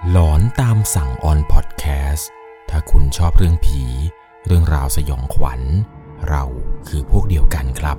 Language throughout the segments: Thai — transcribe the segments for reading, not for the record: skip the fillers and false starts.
หลอนตามสั่งออนพอดแคสต์ถ้าคุณชอบเรื่องผีเรื่องราวสยองขวัญเราคือพวกเดียวกันครับ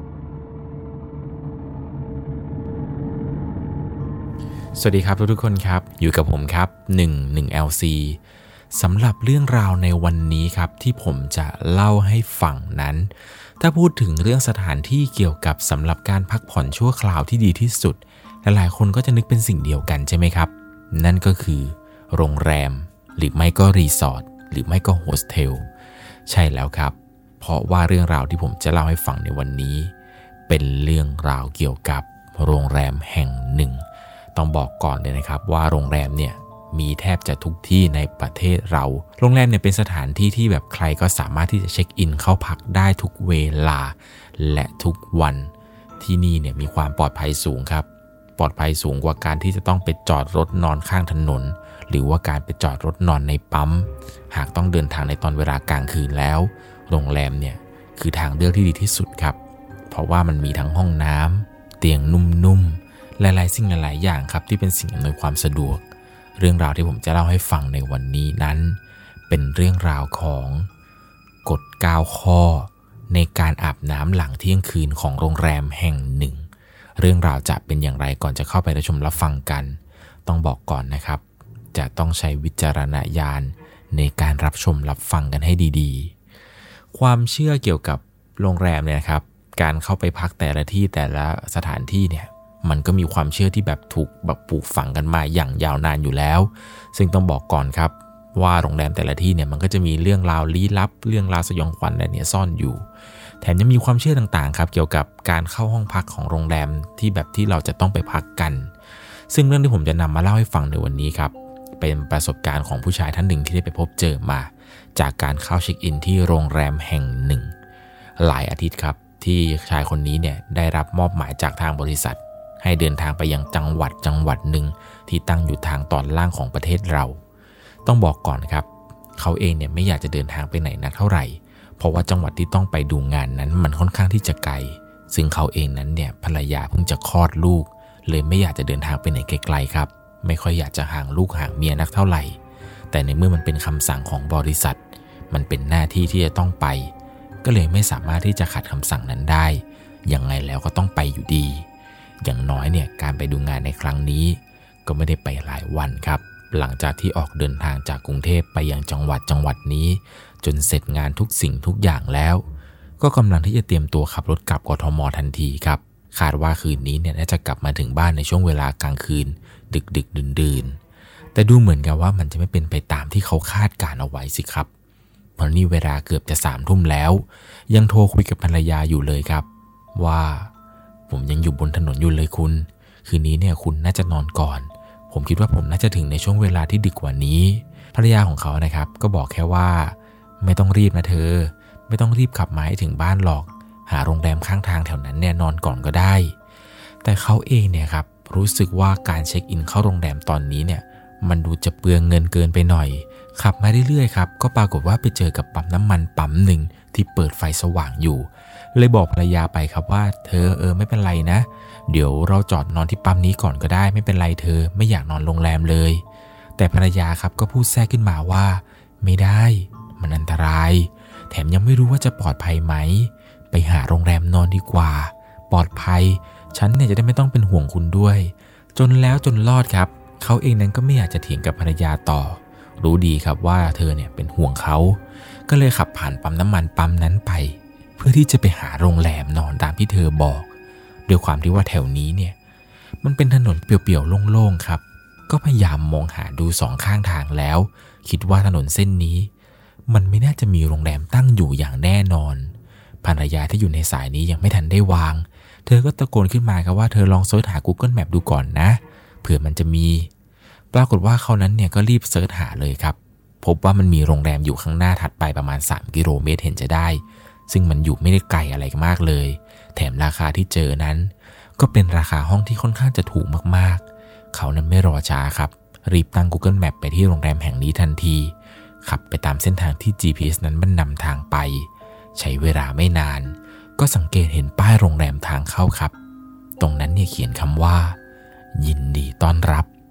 สวัสดีครับทุกคนครับอยู่กับผมครับ11LC สำหรับเรื่องราวในวันนี้ครับที่ผมจะเล่าให้ฟังนั้นถ้าพูดถึงเรื่องสถานที่เกี่ยวกับสำหรับการพักผ่อนชั่วคราวที่ดีที่สุดหลายๆคนก็จะนึกเป็นสิ่งเดียวกันใช่ไหมครับนั่นก็คือโรงแรมหรือไม่ก็รีสอร์ทหรือไม่ก็โฮสเทลใช่แล้วครับเพราะว่าเรื่องราวที่ผมจะเล่าให้ฟังในวันนี้เป็นเรื่องราวเกี่ยวกับโรงแรมแห่งหนึ่งต้องบอกก่อนเลยนะครับว่าโรงแรมเนี่ยมีแทบจะทุกที่ในประเทศเราโรงแรมเนี่ยเป็นสถานที่ที่แบบใครก็สามารถที่จะเช็คอินเข้าพักได้ทุกเวลาและทุกวันที่นี่เนี่ยมีความปลอดภัยสูงครับปลอดภัยสูงกว่าการที่จะต้องไปจอดรถนอนข้างถนนหรือว่าการไปจอดรถนอนในปั๊มหากต้องเดินทางในตอนเวลากลางคืนแล้วโรงแรมเนี่ยคือทางเลือกที่ดีที่สุดครับเพราะว่ามันมีทั้งห้องน้ำเตียงนุ่มๆหลายๆสิ่งหลายๆอย่างครับที่เป็นสิ่งอำนวยความสะดวกเรื่องราวที่ผมจะเล่าให้ฟังในวันนี้นั้นเป็นเรื่องราวของกฎ9ข้อในการอาบน้ำหลังเที่ยงคืนของโรงแรมแห่งหนึ่งเรื่องราวจะเป็นอย่างไรก่อนจะเข้าไปรับชมรับฟังกันต้องบอกก่อนนะครับจะต้องใช้วิจารณญาณในการรับชมรับฟังกันให้ดีๆความเชื่อเกี่ยวกับโรงแรมเนี่ยครับการเข้าไปพักแต่ละที่แต่ละสถานที่เนี่ยมันก็มีความเชื่อที่แบบถูกแบบปลูกฝังกันมาอย่างยาวนานอยู่แล้วซึ่งต้องบอกก่อนครับว่าโรงแรมแต่ละที่เนี่ยมันก็จะมีเรื่องราวลี้ลับเรื่องราวสยองขวัญอะไรเนี่ยซ่อนอยู่แถมยังมีความเชื่อต่างๆครับเกี่ยวกับการเข้าห้องพักของโรงแรมที่แบบที่เราจะต้องไปพักกันซึ่งเรื่องที่ผมจะนำมาเล่าให้ฟังในวันนี้ครับเป็นประสบการณ์ของผู้ชายท่านหนึ่งที่ได้ไปพบเจอมาจากการเข้าเช็คอินที่โรงแรมแห่งหนึ่งหลายอาทิตย์ครับที่ชายคนนี้เนี่ยได้รับมอบหมายจากทางบริษัทให้เดินทางไปยังจังหวัดหนึ่งที่ตั้งอยู่ทางตอนล่างของประเทศเราต้องบอกก่อนครับเขาเองเนี่ยไม่อยากจะเดินทางไปไหนนักเท่าไหร่เพราะว่าจังหวัดที่ต้องไปดูงานนั้นมันค่อนข้างที่จะไกลซึ่งเขาเองนั้นเนี่ยภรรยาเพิ่งจะคลอดลูกเลยไม่อยากจะเดินทางไปไหนไกลๆครับไม่ค่อยอยากจะห่างลูกห่างเมียนักเท่าไหร่แต่ในเมื่อมันเป็นคำสั่งของบริษัทมันเป็นหน้าที่ที่จะต้องไปก็เลยไม่สามารถที่จะขัดคำสั่งนั้นได้ยังไงแล้วก็ต้องไปอยู่ดีอย่างน้อยเนี่ยการไปดูงานในครั้งนี้ก็ไม่ได้ไปหลายวันครับหลังจากที่ออกเดินทางจากกรุงเทพไปยังจังหวัดนี้จนเสร็จงานทุกสิ่งทุกอย่างแล้วก็กำลังที่จะเตรียมตัวขับรถกลับกทม.ทันทีครับคาดว่าคืนนี้เนี่ยน่าจะกลับมาถึงบ้านในช่วงเวลากลางคืนดึกดื่นแต่ดูเหมือนกับว่ามันจะไม่เป็นไปตามที่เขาคาดการเอาไว้สิครับเพราะนี่เวลาเกือบจะ3 ทุ่มแล้วยังโทรคุยกับภรรยาอยู่เลยครับว่าผมยังอยู่บนถนนอยู่เลยคุณคืนนี้เนี่ยคุณน่าจะนอนก่อนผมคิดว่าผมน่าจะถึงในช่วงเวลาที่ดึกกว่านี้ภรรยาของเขานะครับก็บอกแค่ว่าไม่ต้องรีบนะเธอไม่ต้องรีบขับมาให้ถึงบ้านหรอกหาโรงแรมข้างทางแถวนั้นเนี่ยนอนก่อนก็ได้แต่เขาเองเนี่ยครับรู้สึกว่าการเช็คอินเข้าโรงแรมตอนนี้เนี่ยมันดูจะเปลืองเงินเกินไปหน่อยขับมาเรื่อยๆครับก็ปรากฏว่าไปเจอกับปั๊มน้ำมันปั๊มหนึ่งที่เปิดไฟสว่างอยู่เลยบอกภรรยาไปครับว่าเธอไม่เป็นไรนะเดี๋ยวเราจอดนอนที่ปั๊มนี้ก่อนก็ได้ไม่เป็นไรเธอไม่อยากนอนโรงแรมเลยแต่ภรรยาครับก็พูดแทรกขึ้นมาว่าไม่ได้มันอันตรายแถมยังไม่รู้ว่าจะปลอดภัยไหมไปหาโรงแรมนอนดีกว่าปลอดภัยฉันเนี่ยจะได้ไม่ต้องเป็นห่วงคุณด้วยจนแล้วจนรอดครับเขาเองนั้นก็ไม่อยากจะเถียงกับภรรยาต่อรู้ดีครับว่าเธอเนี่ยเป็นห่วงเขาก็เลยขับผ่านปั๊มน้ำมันปั๊มนั้นไปเพื่อที่จะไปหาโรงแรมนอนตามที่เธอบอกด้วยความที่ว่าแถวนี้เนี่ยมันเป็นถนนเปลี่ยวๆโล่งๆครับก็พยายามมองหาดู2 ข้างทางแล้วคิดว่าถนนเส้นนี้มันไม่น่าจะมีโรงแรมตั้งอยู่อย่างแน่นอนภรรยาที่อยู่ในสายนี้ยังไม่ทันได้วางเธอก็ตะโกนขึ้นมาครับว่าเธอลองเสิร์ชหา Google Map ดูก่อนนะเผื่อมันจะมีปรากฏว่าเขานั้นเนี่ยก็รีบเสิร์ชหาเลยครับพบว่ามันมีโรงแรมอยู่ข้างหน้าถัดไปประมาณ3 กิโลเมตรเห็นจะได้ซึ่งมันอยู่ไม่ได้ไกลอะไรมากเลยแถมราคาที่เจอนั้นก็เป็นราคาห้องที่ค่อนข้างจะถูกมากๆเขานั้นไม่รอช้าครับรีบตั้ง Google Map ไปที่โรงแรมแห่งนี้ทันทีขับไปตามเส้นทางที่ GPS นั้นมันนำทางไปใช้เวลาไม่นานก็สังเกตเห็นป้ายโรงแรมทางเข้าครับตรงนั้นเนี่ยเขียนคำว่ายินดีต้อนรับพ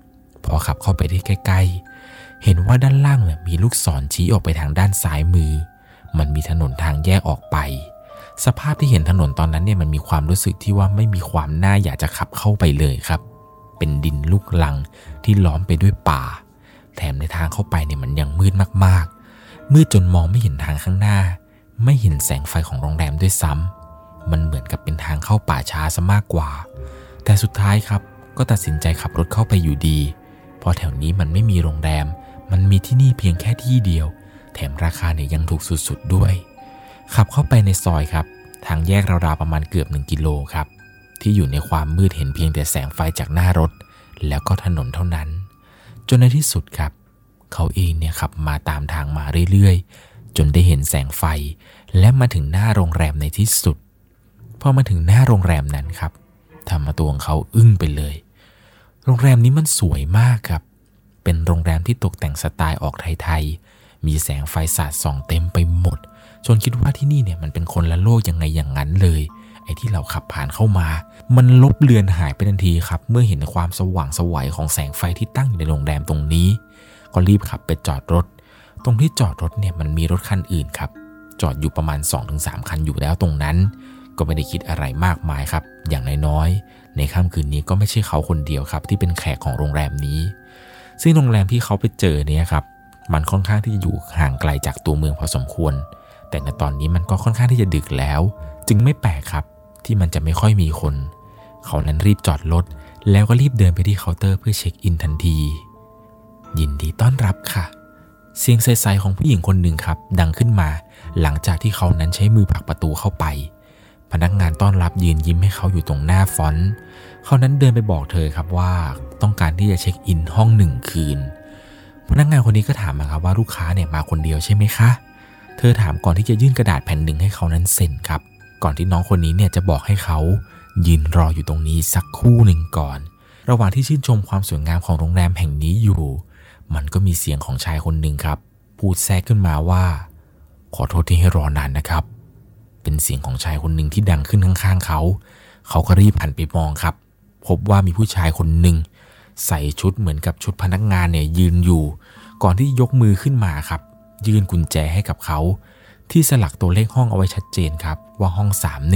พอขับเข้าไปได้ใกล้ๆเห็นว่าด้านล่างเนี่ยมีลูกศรชี้ออกไปทางด้านซ้ายมือมันมีถนนทางแยกออกไปสภาพที่เห็นถนนตอนนั้นเนี่ยมันมีความรู้สึกที่ว่าไม่มีความน่าอยากจะขับเข้าไปเลยครับเป็นดินลูกรังที่ล้อมไปด้วยป่าแถมในทางเข้าไปเนี่ยมันยังมืดมากๆมืดจนมองไม่เห็นทางข้างหน้าไม่เห็นแสงไฟของโรงแรมด้วยซ้ำมันเหมือนกับเป็นทางเข้าป่าช้าซะมากกว่าแต่สุดท้ายครับก็ตัดสินใจขับรถเข้าไปอยู่ดีเพราะแถวนี้มันไม่มีโรงแรมมันมีที่นี่เพียงแค่ที่เดียวแถมราคาเนี่ยยังถูกสุดๆด้วยขับเข้าไปในซอยครับทางแยกราวๆประมาณเกือบ1 กิโลครับที่อยู่ในความมืดเห็นเพียงแต่แสงไฟจากหน้ารถแล้วก็ถนนเท่านั้นจนในที่สุดครับเขาเองเนี่ยขับมาตามทางมาเรื่อยๆจนได้เห็นแสงไฟและมาถึงหน้าโรงแรมในที่สุดพอมาถึงหน้าโรงแรมนั้นครับทำมาตัวของเขาอึ้งไปเลยโรงแรมนี้มันสวยมากครับเป็นโรงแรมที่ตกแต่งสไตล์ออกไทยๆมีแสงไฟสาดส่องเต็มไปหมดจนคิดว่าที่นี่เนี่ยมันเป็นคนละโลกยังไงอย่างนั้นเลยไอ้ที่เราขับผ่านเข้ามามันลบเลือนหายไปทันทีครับเมื่อเห็นความสว่างไสวของแสงไฟที่ตั้งอยู่ในโรงแรมตรงนี้ก็รีบขับไปจอดรถตรงที่จอดรถเนี่ยมันมีรถคันอื่นครับจอดอยู่ประมาณ 2-3 คันอยู่แล้วตรงนั้นก็ไม่ได้คิดอะไรมากมายครับอย่างน้อยๆในค่ำคืนนี้ก็ไม่ใช่เขาคนเดียวครับที่เป็นแขกของโรงแรมนี้ซึ่งโรงแรมที่เขาไปเจอเนี่ยครับมันค่อนข้างที่จะอยู่ห่างไกลจากตัวเมืองพอสมควรแต่ในตอนนี้มันก็ค่อนข้างที่จะดึกแล้วจึงไม่แปลกครับที่มันจะไม่ค่อยมีคนเขานั้นรีบจอดรถแล้วก็รีบเดินไปที่เคาน์เตอร์เพื่อเช็คอินทันทียินดีต้อนรับค่ะเสียงใสๆของผู้หญิงคนหนึ่งครับดังขึ้นมาหลังจากที่เขานั้นใช้มือผลักประตูเข้าไปพนักงานต้อนรับยืนยิ้มให้เขาอยู่ตรงหน้าฟอนต์เขานั้นเดินไปบอกเธอครับว่าต้องการที่จะเช็คอินห้อง1 คืนพนักงานคนนี้ก็ถามมาครับว่าลูกค้าเนี่ยมาคนเดียวใช่ไหมคะเธอถามก่อนที่จะยื่นกระดาษแผ่นหนึ่งให้เขานั้นเซ็นครับก่อนที่น้องคนนี้เนี่ยจะบอกให้เขายืนรออยู่ตรงนี้สักครู่หนึ่งก่อนระหว่างที่ชื่นชมความสวยงามของโรงแรมแห่งนี้อยู่มันก็มีเสียงของชายคนหนึ่งครับพูดแทรกขึ้นมาว่าขอโทษที่ให้รอนานนะครับเป็นเสียงของชายคนหนึ่งที่ดังขึ้นข้างๆเขาก็รีบหันไปมองครับพบว่ามีผู้ชายคนหนึ่งใส่ชุดเหมือนกับชุดพนักงานเนี่ยยืนอยู่ก่อนที่ยกมือขึ้นมาครับยื่นกุญแจให้กับเขาที่สลักตัวเลขห้องเอาไว้ชัดเจนครับว่าห้อง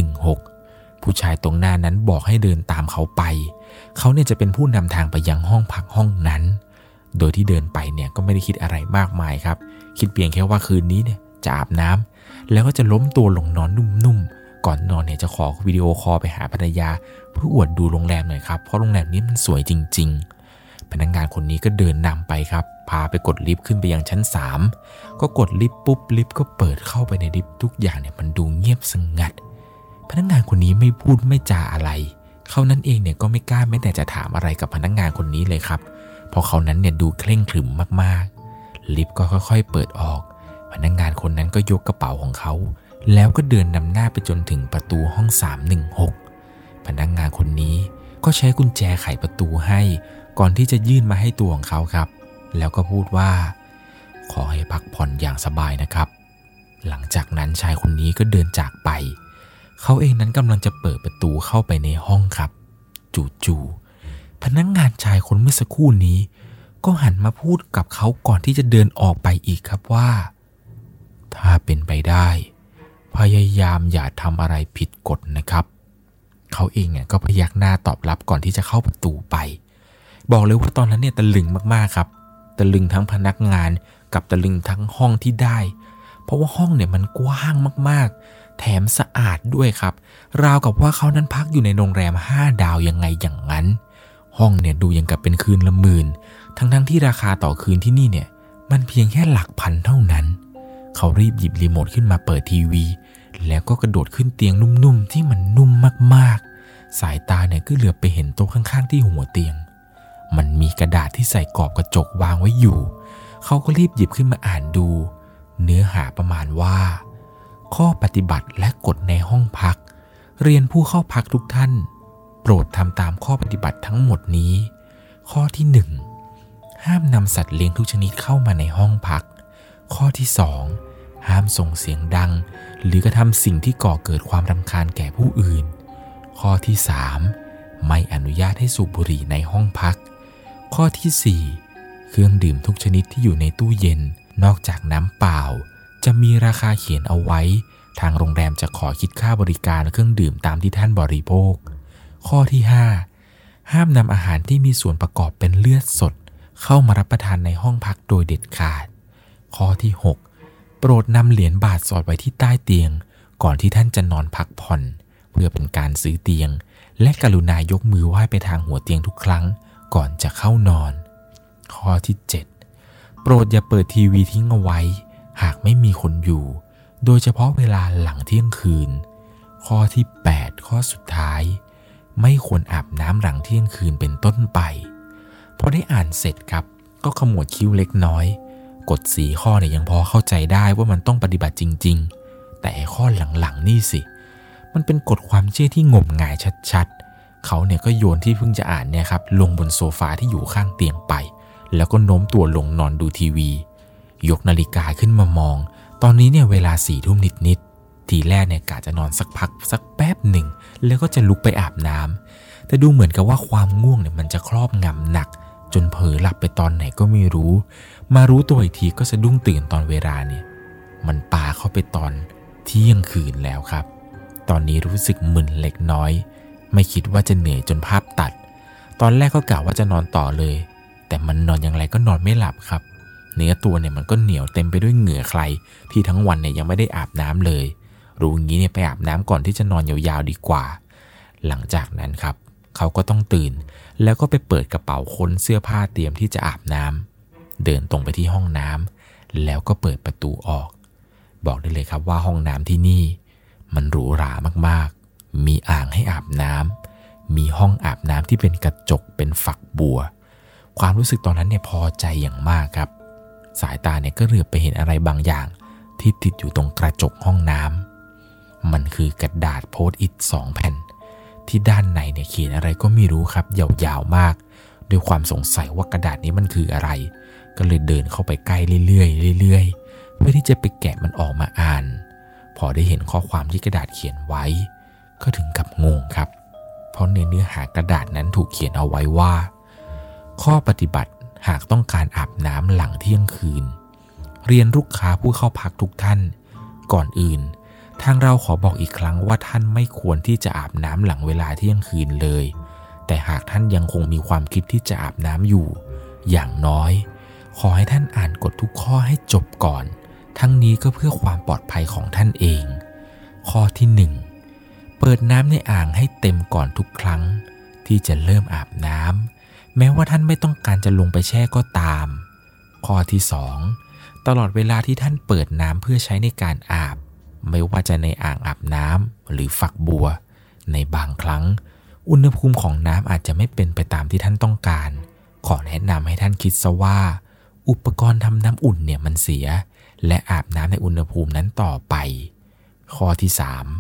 316ผู้ชายตรงหน้านั้นบอกให้เดินตามเขาไปเขาเนี่ยจะเป็นผู้นำทางไปยังห้องพักห้องนั้นโดยที่เดินไปเนี่ยก็ไม่ได้คิดอะไรมากมายครับคิดเพียงแค่ว่าคืนนี้เนี่ยจะอาบน้ำแล้วก็จะล้มตัวลงนอนนุ่มๆก่อนนอนเนี่ยจะขอวิดีโอคอลไปหาภรรยาเพื่ออวดดูโรงแรมหน่อยครับเพราะโรงแรมนี้มันสวยจริงๆพนักงานคนนี้ก็เดินนำไปครับพาไปกดลิฟต์ขึ้นไปยังชั้น3ก็กดลิฟต์ปุ๊บลิฟต์ก็เปิดเข้าไปในลิฟต์ทุกอย่างเนี่ยมันดูเงียบสงัดพนักงานคนนี้ไม่พูดไม่จาอะไรเขานั้นเองเนี่ยก็ไม่กล้าแม้แต่จะถามอะไรกับพนักงานคนนี้เลยครับเพราะเขานั้นเนี่ยดูเคร่งขรึมมากๆลิฟต์ก็ค่อยๆเปิดออกพนักงานคนนั้นก็ยกกระเป๋าของเขาแล้วก็เดินนำหน้าไปจนถึงประตูห้อง316พนักงานคนนี้ก็ใช้กุญแจไขประตูให้ก่อนที่จะยื่นมาให้ตัวของเขาครับแล้วก็พูดว่าขอให้พักผ่อนอย่างสบายนะครับหลังจากนั้นชายคนนี้ก็เดินจากไปเขาเองนั้นกำลังจะเปิดประตูเข้าไปในห้องครับจู่ๆพนักงานชายคนเมื่อสักครู่นี้ก็หันมาพูดกับเขาก่อนที่จะเดินออกไปอีกครับว่าถ้าเป็นไปได้พยายามอย่าทำอะไรผิดกฎนะครับเขาเองเนี่ยก็พยักหน้าตอบรับก่อนที่จะเข้าประตูไปบอกเลยว่าตอนนั้นเนี่ยตะลึงมากๆครับตะลึงทั้งพนักงานกับตะลึงทั้งห้องที่ได้เพราะว่าห้องเนี่ยมันกว้างมากๆแถมสะอาดด้วยครับราวกับว่าเขานั้นพักอยู่ในโรงแรม5 ดาวยังไงอย่างนั้นห้องเนี่ยดูยังกับเป็นคืนละหมื่นทั้งที่ราคาต่อคืนที่นี่เนี่ยมันเพียงแค่หลักพันเท่านั้นเขารีบหยิบรีโมทขึ้นมาเปิดทีวีแล้วก็กระโดดขึ้นเตียงนุ่มๆที่มันนุ่มมากๆสายตาเนี่ยก็เหลือบไปเห็นโต๊ะข้างๆที่หัวเตียงมันมีกระดาษที่ใส่กรอบกระจกวางไว้อยู่เขาก็รีบหยิบขึ้นมาอ่านดูเนื้อหาประมาณว่าข้อปฏิบัติและกฎในห้องพักเรียนผู้เข้าพักทุกท่านโปรดทำตามข้อปฏิบัติทั้งหมดนี้ข้อที่1ห้ามนำสัตว์เลี้ยงทุกชนิดเข้ามาในห้องพักข้อที่2ห้ามส่งเสียงดังหรือกระทำสิ่งที่ก่อเกิดความรำคาญแก่ผู้อื่นข้อที่3ไม่อนุญาตให้สูบบุหรี่ในห้องพักข้อที่4เครื่องดื่มทุกชนิดที่อยู่ในตู้เย็นนอกจากน้ำเปล่าจะมีราคาเขียนเอาไว้ทางโรงแรมจะขอคิดค่าบริการเครื่องดื่มตามที่ท่านบริโภคข้อที่5ห้ามนำอาหารที่มีส่วนประกอบเป็นเลือดสดเข้ามารับประทานในห้องพักโดยเด็ดขาดข้อที่6โปรดนำเหรียญบาทสอดไว้ที่ใต้เตียงก่อนที่ท่านจะนอนพักผ่อนเพื่อเป็นการซื้อเตียงและกรุณายกมือไหว้ไปทางหัวเตียงทุกครั้งก่อนจะเข้านอนข้อที่7โปรดอย่าเปิดทีวีทิ้งเอาไว้หากไม่มีคนอยู่โดยเฉพาะเวลาหลังเที่ยงคืนข้อที่8ข้อสุดท้ายไม่ควรอาบน้ำหลังเที่ยงคืนเป็นต้นไปพอได้อ่านเสร็จครับก็ขมวดคิ้วเล็กน้อยกฎ4ข้อเนี่ยยังพอเข้าใจได้ว่ามันต้องปฏิบัติจริงๆแต่ข้อหลังๆนี่สิมันเป็นกฎความเชื่อที่งมงายชัดๆเขาเนี่ยก็โยนที่เพิ่งจะอ่านเนี่ยครับลงบนโซฟาที่อยู่ข้างเตียงไปแล้วก็โน้มตัวลงนอนดูทีวียกนาฬิกาขึ้นมามองตอนนี้เนี่ยเวลา4 ทุ่มนิดๆทีแรกเนี่ยกะจะนอนสักพักสักแป๊บหนึ่งแล้วก็จะลุกไปอาบน้ำแต่ดูเหมือนกับว่าความง่วงเนี่ยมันจะครอบงำหนักจนเผลอหลับไปตอนไหนก็ไม่รู้มารู้ตัวอีกทีก็สะดุ้งตื่นตอนเวลาเนี่ยมันปาเข้าไปตอนเที่ยงคืนแล้วครับตอนนี้รู้สึกมึนเล็กน้อยไม่คิดว่าจะเหนื่อยจนภาพตัดตอนแรกก็กะว่าจะนอนต่อเลยแต่มันนอนอย่างไรก็นอนไม่หลับครับเนื้อตัวเนี่ยมันก็เหนียวเต็มไปด้วยเหงื่อใครที่ทั้งวันเนี่ยยังไม่ได้อาบน้ำเลยรู้งี้เนี่ยไปอาบน้ำก่อนที่จะนอนยาวๆดีกว่าหลังจากนั้นครับเขาก็ต้องตื่นแล้วก็ไปเปิดกระเป๋าค้นเสื้อผ้าเตรียมที่จะอาบน้ำเดินตรงไปที่ห้องน้ำแล้วก็เปิดประตูออกบอกได้เลยครับว่าห้องน้ำที่นี่มันหรูหรามากๆมีอ่างให้อาบน้ำมีห้องอาบน้ำที่เป็นกระจกเป็นฝักบัวความรู้สึกตอนนั้นเนี่ยพอใจอย่างมากครับสายตาเนี่ยก็เหลือบไปเห็นอะไรบางอย่างที่ติดอยู่ตรงกระจกห้องน้ำมันคือกระดาษโพสต์อิท2 แผ่นที่ด้านในเนี่ยเขียนอะไรก็ไม่รู้ครับยาวๆมากด้วยความสงสัยว่ากระดาษนี้มันคืออะไรก็เลยเดินเข้าไปใกล้เรื่อยๆเพื่อที่จะไปแกะมันออกมาอ่านพอได้เห็นข้อความที่กระดาษเขียนไว้ก็ถึงกับงงครับเพราะในเนื้อหากระดาษนั้นถูกเขียนเอาไว้ว่าข้อปฏิบัติหากต้องการอาบน้ำหลังเที่ยงคืนเรียนลูกค้าผู้เข้าพักทุกท่านก่อนอื่นทางเราขอบอกอีกครั้งว่าท่านไม่ควรที่จะอาบน้ำหลังเวลาเที่ยงคืนเลยแต่หากท่านยังคงมีความคิดที่จะอาบน้ำอยู่อย่างน้อยขอให้ท่านอ่านกฎทุกข้อให้จบก่อนทั้งนี้ก็เพื่อความปลอดภัยของท่านเองข้อที่1เปิดน้ำในอ่างให้เต็มก่อนทุกครั้งที่จะเริ่มอาบน้ำแม้ว่าท่านไม่ต้องการจะลงไปแช่ก็ตามข้อที่2ตลอดเวลาที่ท่านเปิดน้ำเพื่อใช้ในการอาบไม่ว่าจะในอ่างอาบน้ำหรือฝักบัวในบางครั้งอุณหภูมิของน้ำอาจจะไม่เป็นไปตามที่ท่านต้องการขอแนะนำให้ท่านคิดซะว่าอุปกรณ์ทำน้ำอุ่นเนี่ยมันเสียและอาบน้ำในอุณหภูมินั้นต่อไปข้อที่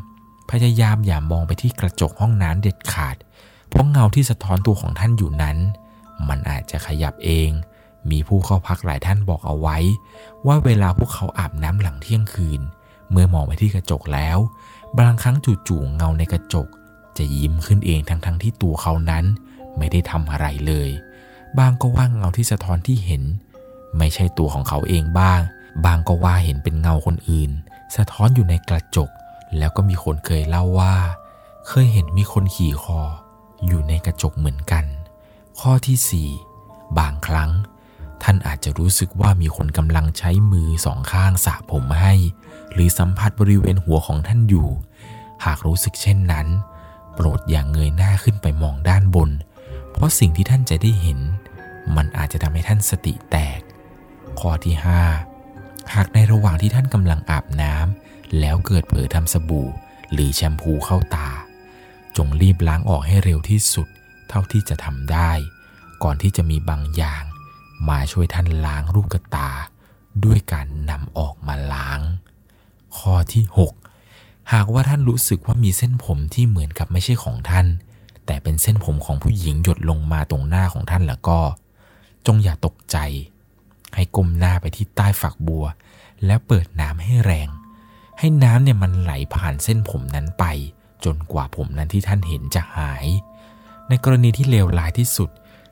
3พยายามอย่ามองไปที่กระจกห้องน้ำเด็ดขาดเพราะเงาที่สะท้อนตัวของท่านอยู่นั้นมันอาจจะขยับเองมีผู้เข้าพักหลายท่านบอกเอาไว้ว่าเวลาพวกเขาอาบน้ำหลังเที่ยงคืนเมื่อมองไปที่กระจกแล้วบางครั้งจู่ๆเงาในกระจกจะยิ้มขึ้นเองทั้งที่ตัวเขานั้นไม่ได้ทำอะไรเลยบางก็ว่าเงาที่สะท้อนที่เห็นไม่ใช่ตัวของเขาเองบ้างบางก็ว่าเห็นเป็นเงาคนอื่นสะท้อนอยู่ในกระจกแล้วก็มีคนเคยเล่าว่าเคยเห็นมีคนขี่คออยู่ในกระจกเหมือนกันข้อที่4บางครั้งท่านอาจจะรู้สึกว่ามีคนกำลังใช้มือ2 ข้างสระผมให้หรือสัมผัสบริเวณหัวของท่านอยู่หากรู้สึกเช่นนั้นโปรดอย่าเงยหน้าขึ้นไปมองด้านบนเพราะสิ่งที่ท่านจะได้เห็นมันอาจจะทำให้ท่านสติแตกข้อที่5หากในระหว่างที่ท่านกำลังอาบน้ำแล้วเกิดเผลอทำสบู่หรือแชมพูเข้าตาจงรีบล้างออกให้เร็วที่สุดเท่าที่จะทำได้ก่อนที่จะมีบางอย่างมาช่วยท่านล้างลูกตาด้วยการนำออกมาล้างข้อที่6หากว่าท่านรู้สึกว่ามีเส้นผมที่เหมือนกับไม่ใช่ของท่านแต่เป็นเส้นผมของผู้หญิงหยดลงมาตรงหน้าของท่านแล้วก็จงอย่าตกใจให้ก้มหน้าไปที่ใต้ฝักบัวแล้วเปิดน้ำให้แรงให้น้ำเนี่ยมันไหลผ่านเส้นผมนั้นไปจนกว่าผมนั้นที่ท่านเห็นจะหายในกรณีที่เลวร้ายที่สุด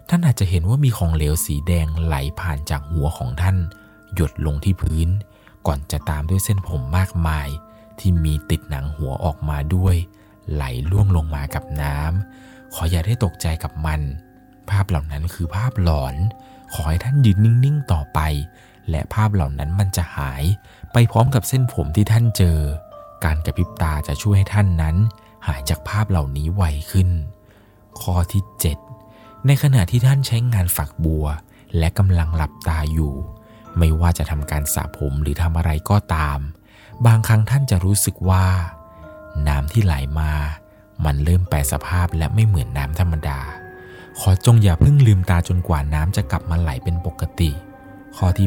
ท่านอาจจะเห็นว่ามีของเหลวสีแดงไหลผ่านจากหัวของท่านหยดลงที่พื้นก่อนจะตามด้วยเส้นผมมากมายที่มีติดหนังหัวออกมาด้วยไหลล่วงลงมากับน้ำขออย่าได้ตกใจกับมันภาพเหล่านั้นคือภาพหลอนขอให้ท่านยืนนิ่งๆต่อไปและภาพเหล่านั้นมันจะหายไปพร้อมกับเส้นผมที่ท่านเจอการกระพริบตาจะช่วยให้ท่านนั้นหายจากภาพเหล่านี้ไวขึ้นข้อที่ 7ในขณะที่ท่านใช้งานฝักบัวและกำลังหลับตาอยู่ไม่ว่าจะทำการสระผมหรือทำอะไรก็ตามบางครั้งท่านจะรู้สึกว่าน้ำที่ไหลมามันเริ่มแปรสภาพและไม่เหมือนน้ำธรรมดาขอจงอย่าเพิ่งลืมตาจนกว่าน้ำจะกลับมาไหลเป็นปกติข้อที่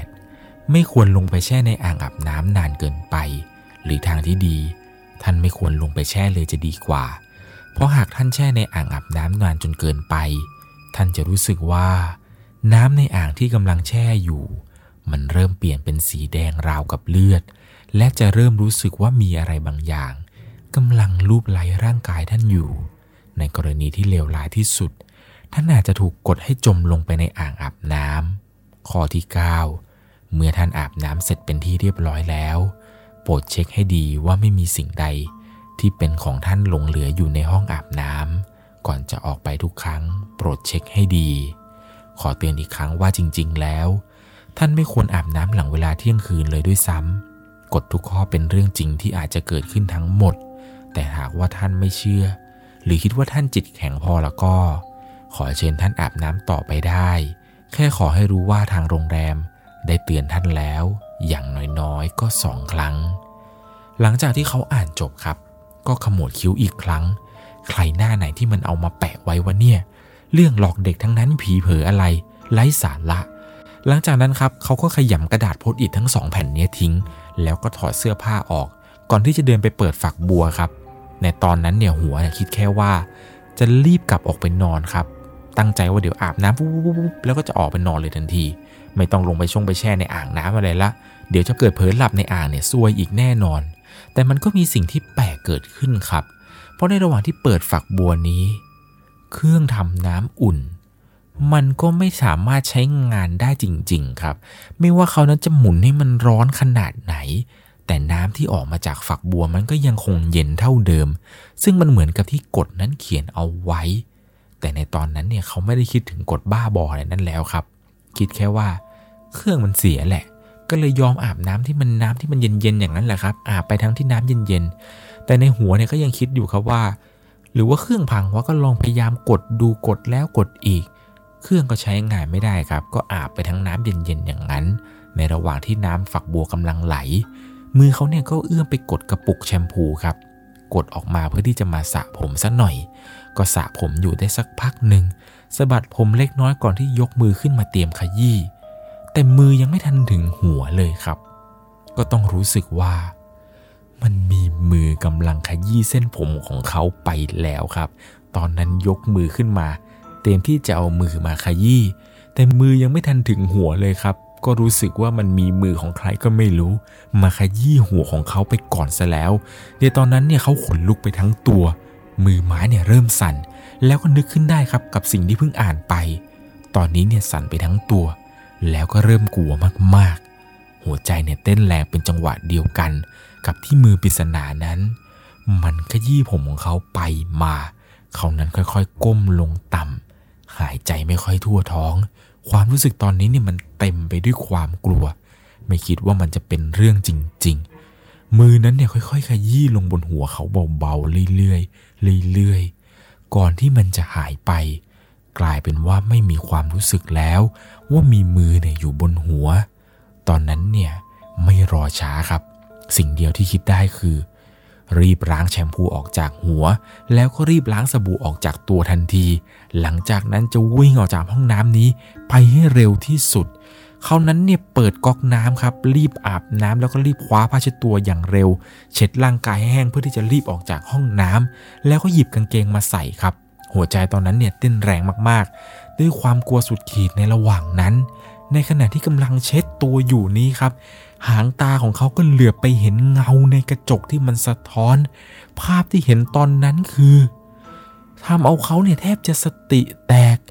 8ไม่ควรลงไปแช่ในอ่างอาบน้ำนานเกินไปหรือทางที่ดีท่านไม่ควรลงไปแช่เลยจะดีกว่าเพราะหากท่านแช่ในอ่างอาบน้ำนานจนเกินไปท่านจะรู้สึกว่าน้ำในอ่างที่กำลังแช่อยู่มันเริ่มเปลี่ยนเป็นสีแดงราวกับเลือดและจะเริ่มรู้สึกว่ามีอะไรบางอย่างกำลังลูบไล้ร่างกายท่านอยู่ในกรณีที่เลวร้ายที่สุดท่านอาจจะถูกกดให้จมลงไปในอ่างอาบน้ำข้อที่ 9เมื่อท่านอาบน้ำเสร็จเป็นที่เรียบร้อยแล้วโปรดเช็คให้ดีว่าไม่มีสิ่งใดที่เป็นของท่านหลงเหลืออยู่ในห้องอาบน้ำก่อนจะออกไปทุกครั้งโปรดเช็คให้ดีขอเตือนอีกครั้งว่าจริงๆแล้วท่านไม่ควรอาบน้ำหลังเวลาเที่ยงคืนเลยด้วยซ้ำกฎทุกข้อเป็นเรื่องจริงที่อาจจะเกิดขึ้นทั้งหมดแต่หากว่าท่านไม่เชื่อหรือคิดว่าท่านจิตแข็งพอแล้วก็ขอเชิญท่านอาบน้ำต่อไปได้แค่ขอให้รู้ว่าทางโรงแรมได้เตือนท่านแล้วอย่างน้อยๆก็2 ครั้งหลังจากที่เขาอ่านจบครับก็ขมวดคิ้วอีกครั้งใครหน้าไหนที่มันเอามาแปะไว้วะเนี่ยเรื่องหลอกเด็กทั้งนั้นผีเผลออะไรไร้สาระหลังจากนั้นครับเขาก็ขยำกระดาษโพสต์อิททั้ง2 แผ่นนี้ทิ้งแล้วก็ถอดเสื้อผ้าออกก่อนที่จะเดินไปเปิดฝักบัวครับในตอนนั้นเนี่ยหัวคิดแค่ว่าจะรีบกลับออกไปนอนครับตั้งใจว่าเดี๋ยวอาบน้ำปุ๊บแล้วก็จะออกไปนอนเลยทันทีไม่ต้องลงไปไปแช่ในอ่างน้ำอะไรละเดี๋ยวจะเกิดเผลอหลับในอ่างเนี่ยซวยอีกแน่นอนแต่มันก็มีสิ่งที่แปลกเกิดขึ้นครับเพราะในระหว่างที่เปิดฝักบัวนี้เครื่องทำน้ำอุ่นมันก็ไม่สามารถใช้งานได้จริงๆครับไม่ว่าเขานั้นจะหมุนให้มันร้อนขนาดไหนแต่น้ำที่ออกมาจากฝักบัวมันก็ยังคงเย็นเท่าเดิมซึ่งมันเหมือนกับที่กฎนั้นเขียนเอาไว้แต่ในตอนนั้นเนี่ยเขาไม่ได้คิดถึงกฎบ้าบออะไรนั้นแล้วครับคิดแค่ว่าเครื่องมันเสียแหละก็เลยยอมอาบน้ำที่มันเย็นๆอย่างนั้นแหละครับอาบไปทั้งที่น้ำเย็นๆแต่ในหัวเนี่ยก็ยังคิดอยู่ครับว่าหรือว่าเครื่องพังวะก็ลองพยายามกดดูกดแล้วกดอีกเครื่องก็ใช้งานไม่ได้ครับก็อาบไปทั้งน้ำเย็นๆอย่างนั้นในระหว่างที่น้ำฝักบัวกำลังไหลมือเขาเนี่ยก็เอื้อมไปกดกระปุกแชมพูครับกดออกมาเพื่อที่จะมาสระผมซะหน่อยก็สระผมอยู่ได้สักพักหนึ่งสะบัดผมเล็กน้อยก่อนที่ยกมือขึ้นมาเตรียมขยี้แต่มือยังไม่ทันถึงหัวเลยครับก็ต้องรู้สึกว่ามันมีมือกำลังขยี้เส้นผมของเขาไปแล้วครับตอนนั้นยกมือขึ้นมาเตรียมที่จะเอามือมาขยี้แต่มือยังไม่ทันถึงหัวเลยครับก็รู้สึกว่ามันมีมือของใครก็ไม่รู้มาขยี้หัวของเขาไปก่อนซะแล้วเดี๋ยวตอนนั้นเนี่ยเขาขนลุกไปทั้งตัวมือไม้เนี่ยเริ่มสั่นแล้วก็นึกขึ้นได้ครับกับสิ่งที่เพิ่งอ่านไปตอนนี้เนี่ยสั่นไปทั้งตัวแล้วก็เริ่มกลัวมากๆหัวใจเนี่ยเต้นแรงเป็นจังหวะเดียวกันกับที่มือปริศนานั้นมันขยี้ผมของเขาไปมาเขานั้นค่อยๆก้มลงต่ำหายใจไม่ค่อยทั่วท้องความรู้สึกตอนนี้เนี่ยมันเต็มไปด้วยความกลัวไม่คิดว่ามันจะเป็นเรื่องจริงๆมือนั้นเนี่ยค่อยๆขยี้ลงบนหัวเขาเบาๆเรื่อยๆก่อนที่มันจะหายไปกลายเป็นว่าไม่มีความรู้สึกแล้วว่ามีมือเนี่ยอยู่บนหัวตอนนั้นเนี่ยไม่รอช้าครับสิ่งเดียวที่คิดได้คือรีบล้างแชมพูออกจากหัวแล้วก็รีบล้างสบู่ออกจากตัวทันทีหลังจากนั้นจะวิ่งออกจากห้องน้ำนี้ไปให้เร็วที่สุดเขานั้นเนี่ยเปิดก๊อกน้ำครับรีบอาบน้ำแล้วก็รีบคว้าผ้าเช็ดตัวอย่างเร็วเช็ดร่างกายให้แห้งเพื่อที่จะรีบออกจากห้องน้ำแล้วก็หยิบกางเกงมาใส่ครับหัวใจตอนนั้นเนี่ยเต้นแรงมากๆด้วยความกลัวสุดขีดในระหว่างนั้นในขณะที่กำลังเช็ดตัวอยู่นี้ครับหางตาของเขาก็เหลือบไปเห็นเงาในกระจกที่มันสะท้อนภาพที่เห็นตอนนั้นคือทำเอาเขาเนี่ยแทบจะสติแตก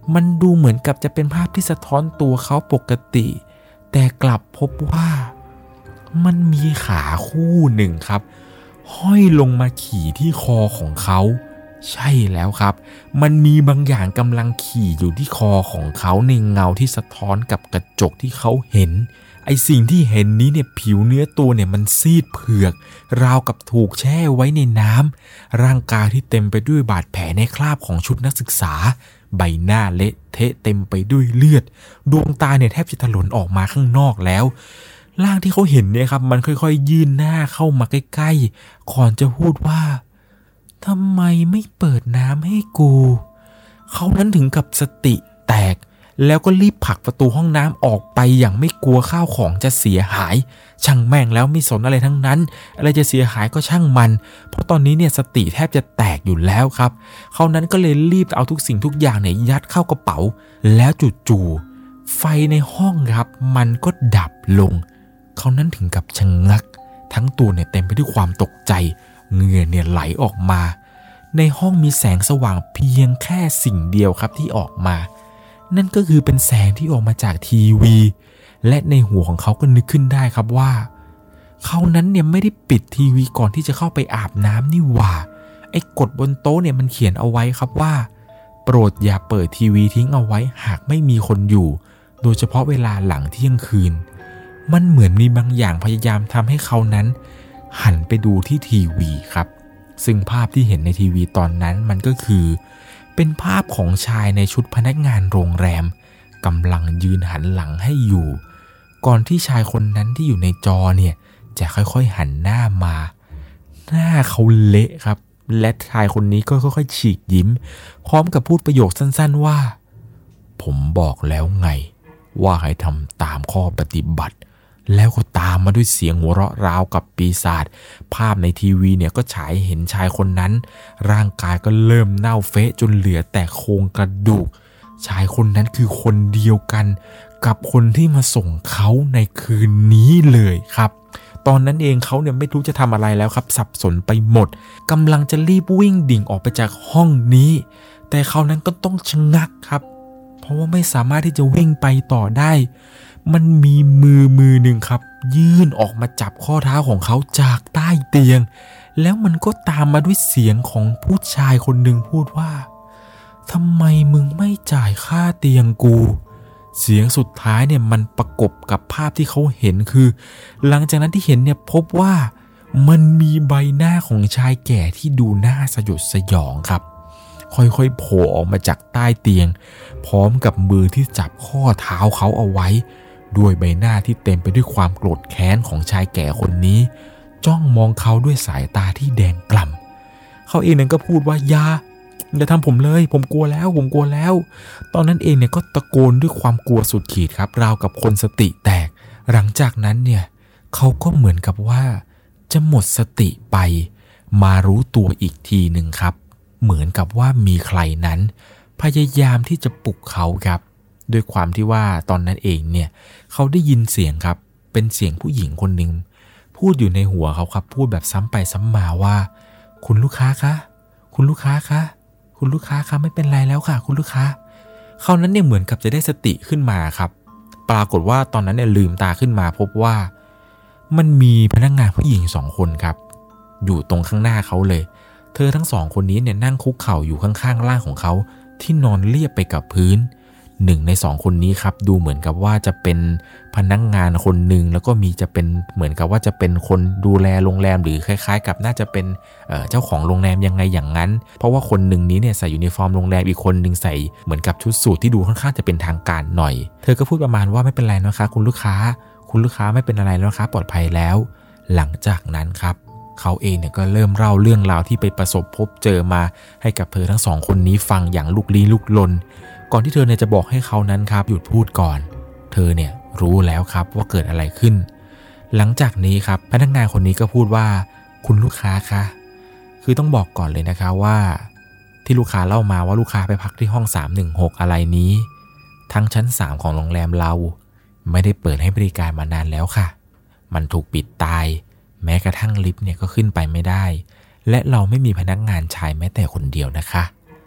มันดูเหมือนกับจะเป็นภาพที่สะท้อนตัวเขาปกติแต่กลับพบว่ามันมีขาคู่หนึ่งครับห้อยลงมาขี่ที่คอของเขาใช่แล้วครับมันมีบางอย่างกำลังขี่อยู่ที่คอของเขาในเงาที่สะท้อนกับกระจกที่เขาเห็นไอสิ่งที่เห็นนี้เนี่ยผิวเนื้อตัวเนี่ยมันซีดเผือกราวกับถูกแช่ไว้ในน้ำร่างกายที่เต็มไปด้วยบาดแผลในคราบของชุดนักศึกษาใบหน้าเละเทะเต็มไปด้วยเลือดดวงตาเนี่ยแทบจะถลนออกมาข้างนอกแล้วร่างที่เขาเห็นเนี่ยครับมันค่อยๆยื่นหน้าเข้ามาใกล้ๆก่อนจะพูดว่าทำไมไม่เปิดน้ำให้กูเขานั้นถึงกับสติแตกแล้วก็รีบผลักประตูห้องน้ำออกไปอย่างไม่กลัวข้าวของจะเสียหายช่างแม่งแล้วไม่สนอะไรทั้งนั้นอะไรจะเสียหายก็ช่างมันเพราะตอนนี้เนี่ยสติแทบจะแตกอยู่แล้วครับเขานั้นก็เลยรีบเอาทุกสิ่งทุกอย่างเนี่ยยัดเข้ากระเป๋าแล้วจู่ๆไฟในห้องครับมันก็ดับลงเขานั้นถึงกับชะงักทั้งตัวเนี่ยเต็มไปด้วยความตกใจเหงื่อเนี่ยไหลออกมาในห้องมีแสงสว่างเพียงแค่สิ่งเดียวครับที่ออกมานั่นก็คือเป็นแสงที่ออกมาจากทีวีและในหัวของเขาก็นึกขึ้นได้ครับว่าเขานั้นเนี่ยไม่ได้ปิดทีวีก่อนที่จะเข้าไปอาบน้ำนี่หว่าไอ้กฎบนโต๊ะเนี่ยมันเขียนเอาไว้ครับว่าโปรดอย่าเปิดทีวีทิ้งเอาไว้หากไม่มีคนอยู่โดยเฉพาะเวลาหลังเที่ยงคืนมันเหมือนมีบางอย่างพยายามทำให้เขานั้นหันไปดูที่ทีวีครับซึ่งภาพที่เห็นในทีวีตอนนั้นมันก็คือเป็นภาพของชายในชุดพนักงานโรงแรมกำลังยืนหันหลังให้อยู่ก่อนที่ชายคนนั้นที่อยู่ในจอเนี่ยจะค่อยๆหันหน้ามาหน้าเขาเละครับและชายคนนี้ก็ค่อยๆฉีกยิ้มพร้อมกับพูดประโยคสั้นๆว่าผมบอกแล้วไงว่าให้ทำตามข้อปฏิบัติแล้วก็ตามมาด้วยเสียงหัวเราะราวกับปีศาจภาพในทีวีเนี่ยก็ฉายเห็นชายคนนั้นร่างกายก็เริ่มเน่าเฟะจนเหลือแต่โครงกระดูกชายคนนั้นคือคนเดียวกันกับคนที่มาส่งเขาในคืนนี้เลยครับตอนนั้นเองเขาเนี่ยไม่รู้จะทำอะไรแล้วครับสับสนไปหมดกำลังจะรีบวิ่งดิ่งออกไปจากห้องนี้แต่เขานั้นก็ต้องชะงักครับเพราะว่าไม่สามารถที่จะวิ่งไปต่อได้มันมีมือหนึ่งครับยื่นออกมาจับข้อเท้าของเขาจากใต้เตียงแล้วมันก็ตามมาด้วยเสียงของผู้ชายคนหนึ่งพูดว่าทำไมมึงไม่จ่ายค่าเตียงกูเสียงสุดท้ายเนี่ยมันประกบกับภาพที่เขาเห็นคือหลังจากนั้นที่เห็นเนี่ยพบว่ามันมีใบหน้าของชายแก่ที่ดูน่าสยดสยองครับค่อยๆโผล่ออกมาจากใต้เตียงพร้อมกับมือที่จับข้อเท้าเขาเอาไว้ด้วยใบหน้าที่เต็มไปด้วยความโกรธแค้นของชายแก่คนนี้จ้องมองเขาด้วยสายตาที่แดงกล่ำเขาเองนั้นก็พูดว่าอย่าทำผมเลยผมกลัวแล้วตอนนั้นเองเนี่ยก็ตะโกนด้วยความกลัวสุดขีดครับราวกับคนสติแตกหลังจากนั้นเนี่ยเขาก็เหมือนกับว่าจะหมดสติไปมารู้ตัวอีกทีหนึ่งครับเหมือนกับว่ามีใครนั้นพยายามที่จะปลุกเขาครับด้วยความที่ว่าตอนนั้นเองเนี่ยเขาได้ยินเสียงครับเป็นเสียงผู้หญิงคนหนึ่งพูดอยู่ในหัวเขาครับพูดแบบซ้ำไปซ้ำมาว่าคุณลูกค้าคะคุณลูกค้าคะคุณลูกค้าคะไม่เป็นไรแล้วค่ะคุณลูกค้าเขานั้นเนี่ยเหมือนกับจะได้สติขึ้นมาครับปรากฏว่าตอนนั้นเนี่ยลืมตาขึ้นมาพบว่ามันมีพนักงานผู้หญิง2 คนครับอยู่ตรงข้างหน้าเขาเลยเธอทั้ง2 คนนี้เนี่ยนั่งคุกเข่าอยู่ข้างๆร่างของเขาที่นอนเลียบไปกับพื้น1 ใน 2 คนนี้ครับดูเหมือนกับว่าจะเป็นพนักงานคนหนึ่งแล้วก็มีจะเป็นเหมือนกับว่าจะเป็นคนดูแลโรงแรมหรือคล้ายๆกับน่าจะเป็นเจ้าของโรงแรมยังไงอย่างนั้นเพราะว่าคนหนึ่งนี้เนี่ยใส่ยูนิฟอร์มโรงแรมอีกคนหนึ่งใส่เหมือนกับชุดสูทที่ดูค่อนข้างจะเป็นทางการหน่อยเธอก็พูดประมาณว่าไม่เป็นไรนะคะคุณลูกค้าไม่เป็นอะไรแล้วครับปลอดภัยแล้วหลังจากนั้นครับเขาเองเนี่ยก็เริ่มเล่าเรื่องราวที่ไปประสบพบเจอมาให้กับเธอทั้ง2 คนนี้ฟังอย่างลุกลี้ลุกลนก่อนที่เธอเนี่ยจะบอกให้เขานั้นครับหยุดพูดก่อนเธอเนี่ยรู้แล้วครับว่าเกิดอะไรขึ้นหลังจากนี้ครับพนักงานคนนี้ก็พูดว่าคุณลูกค้าคะคือต้องบอกก่อนเลยนะคะว่าที่ลูกค้าเล่ามาว่าลูกค้าไปพักที่ห้อง316อะไรนี้ทั้งชั้น3ของโรงแรมเราไม่ได้เปิดให้บริการมานานแล้วค่ะมันถูกปิดตายแม้กระทั่งลิฟต์เนี่ยก็ขึ้นไปไม่ได้และเราไม่มีพนักงานชายแม้แต่คนเดียวนะคะ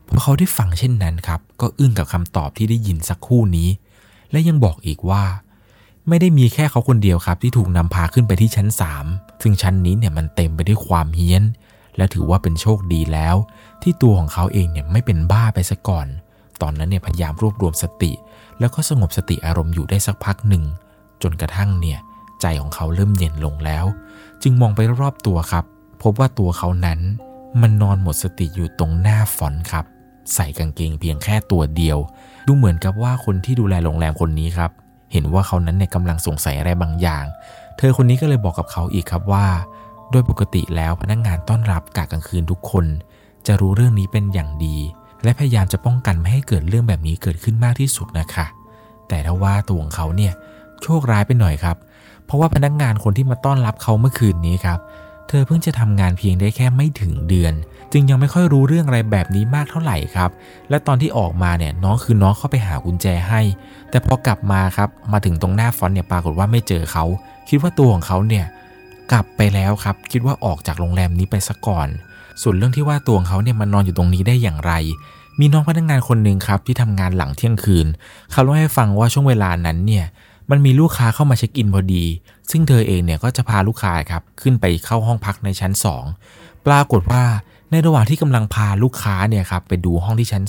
พอเขาได้ฟังเช่นนั้นครับก็อึ้งกับคำตอบที่ได้ยินสักครู่นี้และยังบอกอีกว่าไม่ได้มีแค่เขาคนเดียวครับที่ถูกนำพาขึ้นไปที่ชั้น3ซึ่งชั้นนี้เนี่ยมันเต็มไปด้วยความเฮี้ยนและถือว่าเป็นโชคดีแล้วที่ตัวของเขาเองเนี่ยไม่เป็นบ้าไปซะก่อนตอนนั้นเนี่ยพยายามรวบรวมสติแล้วก็สงบสติอารมณ์อยู่ได้สักพักหนึ่งจนกระทั่งเนี่ยใจของเขาเริ่มเย็นลงแล้วจึงมองไปรอบตัวครับพบว่าตัวเขานั้นมันนอนหมดสติอยู่ตรงหน้าฟอนต์ครับใส่กางเกงเพียงแค่ตัวเดียวดูเหมือนกับว่าคนที่ดูแลโรงแรมคนนี้ครับเห็นว่าเขานั้นเนี่ยกำลังสงสัยอะไรบางอย่างเธอคนนี้ก็เลยบอกกับเขาอีกครับว่าโดยปกติแล้วพนักงานต้อนรับกะกลางคืนทุกคนจะรู้เรื่องนี้เป็นอย่างดีและพยายามจะป้องกันไม่ให้เกิดเรื่องแบบนี้เกิดขึ้นมากที่สุดนะคะแต่ถ้าว่าตัวของเขาเนี่ยโชคร้ายไปหน่อยครับเพราะว่าพนักงานคนที่มาต้อนรับเขาเมื่อคืนนี้ครับเธอเพิ่งจะทำงานเพียงได้แค่ไม่ถึงเดือนจึงยังไม่ค่อยรู้เรื่องอะไรแบบนี้มากเท่าไหร่ครับและตอนที่ออกมาเนี่ยน้องเข้าไปหากุญแจให้แต่พอกลับมาครับมาถึงตรงหน้าฟอนต์เนี่ยปรากฏว่าไม่เจอเขาคิดว่าตัวของเขาเนี่ยกลับไปแล้วครับคิดว่าออกจากโรงแรมนี้ไปซะก่อนส่วนเรื่องที่ว่าตัวของเขาเนี่ยมานอนอยู่ตรงนี้ได้อย่างไรมีน้องพนักงานคนหนึ่งครับที่ทำงานหลังเที่ยงคืนเขาเล่าให้ฟังว่าช่วงเวลานั้นเนี่ยมันมีลูกค้าเข้ามาเช็คอินพอดีซึ่งเธอเองเนี่ยก็จะพาลูกค้าครับขึ้นไปเข้าห้องพักในชั้น2ปรากฏว่าในระหว่างที่กำลังพาลูกค้าเนี่ยครับไปดูห้องที่ชั้น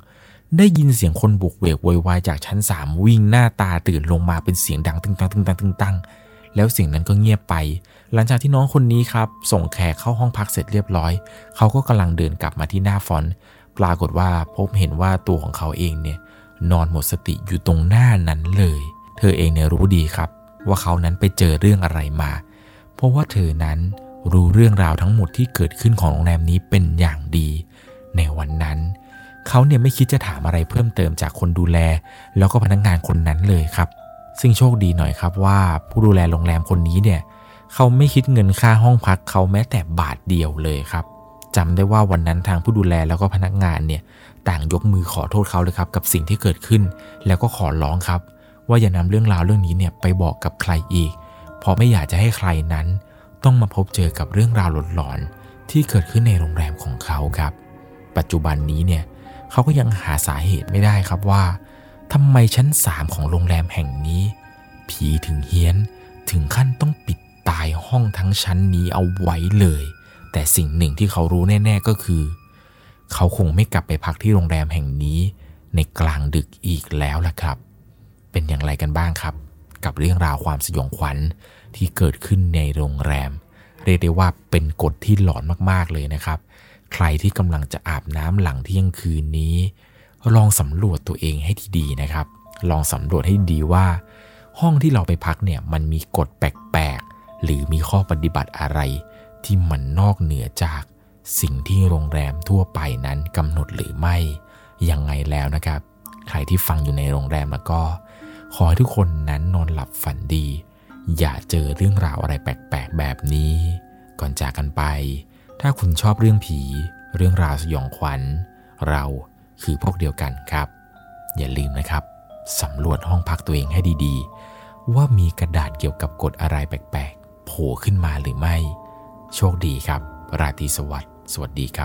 2ได้ยินเสียงคนบุกเวกโวยวายจากชั้น3วิ่งหน้าตาตื่นลงมาเป็นเสียงดังตึงตังตึงตังตึงตังแล้วเสียงนั้นก็เงียบไปหลังจากที่น้องคนนี้ครับส่งแขกเข้าห้องพักเสร็จเรียบร้อยเขาก็กำลังเดินกลับมาที่หน้าฟอนต์ปรากฏว่าพบเห็นว่าตัวของเขาเองเนี่ยนอนหมดสติอยู่ตรงหน้านั้นเลยเธอเองเนี่ยรู้ดีครับว่าเขานั้นไปเจอเรื่องอะไรมาเพราะว่าเธอนั้นรู้เรื่องราวทั้งหมดที่เกิดขึ้นของโรงแรมนี้เป็นอย่างดีในวันนั้นเขาเนี่ยไม่คิดจะถามอะไรเพิ่มเติมจากคนดูแลแล้วก็พนักงานคนนั้นเลยครับซึ่งโชคดีหน่อยครับว่าผู้ดูแลโรงแรมคนนี้เนี่ยเขาไม่คิดเงินค่าห้องพักเขาแม้แต่บาทเดียวเลยครับจำได้ว่าวันนั้นทางผู้ดูแลแล้วก็พนักงานเนี่ยต่างยกมือขอโทษเขาเลยครับกับสิ่งที่เกิดขึ้นแล้วก็ขอร้องครับว่าอย่านำเรื่องราวเรื่องนี้เนี่ยไปบอกกับใครอีกเพราะไม่อยากจะให้ใครนั้นต้องมาพบเจอกับเรื่องราวหลอนๆที่เกิดขึ้นในโรงแรมของเขาครับปัจจุบันนี้เนี่ยเขาก็ยังหาสาเหตุไม่ได้ครับว่าทำไมชั้น3ของโรงแรมแห่งนี้ผีถึงเฮี้ยนถึงขั้นต้องปิดตายห้องทั้งชั้นนี้เอาไว้เลยแต่สิ่งหนึ่งที่เขารู้แน่ๆก็คือเขาคงไม่กลับไปพักที่โรงแรมแห่งนี้ในกลางดึกอีกแล้วล่ะครับเป็นอย่างไรกันบ้างครับกับเรื่องราวความสยองขวัญที่เกิดขึ้นในโรงแรมเรียกได้ว่าเป็นกฎที่หลอนมากๆเลยนะครับใครที่กำลังจะอาบน้ำหลังเที่ยงคืนนี้ลองสำรวจตัวเองให้ดีๆนะครับลองสำรวจให้ดีว่าห้องที่เราไปพักเนี่ยมันมีกฎแปลกๆหรือมีข้อปฏิบัติอะไรที่มันนอกเหนือจากสิ่งที่โรงแรมทั่วไปนั้นกำหนดหรือไม่ยังไงแล้วนะครับใครที่ฟังอยู่ในโรงแรมแล้วก็ขอให้ทุกคนนั้นนอนหลับฝันดีอย่าเจอเรื่องราวอะไรแปลกๆแบบนี้ก่อนจากกันไปถ้าคุณชอบเรื่องผีเรื่องราวสยองขวัญเราคือพวกเดียวกันครับอย่าลืมนะครับสำรวจห้องพักตัวเองให้ดีๆว่ามีกระดาษเกี่ยวกับกฎอะไรแปลกๆโผล่ขึ้นมาหรือไม่โชคดีครับราตรีสวัสดิ์สวัสดีครับ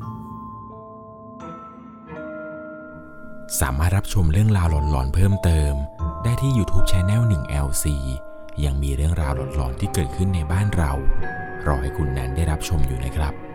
สามารถรับชมเรื่องราวหลอนๆเพิ่มเติมได้ที่ YouTube Channel 1LC ยังมีเรื่องราวหลอนๆที่เกิดขึ้นในบ้านเรารอให้คุณนั้นได้รับชมอยู่นะครับ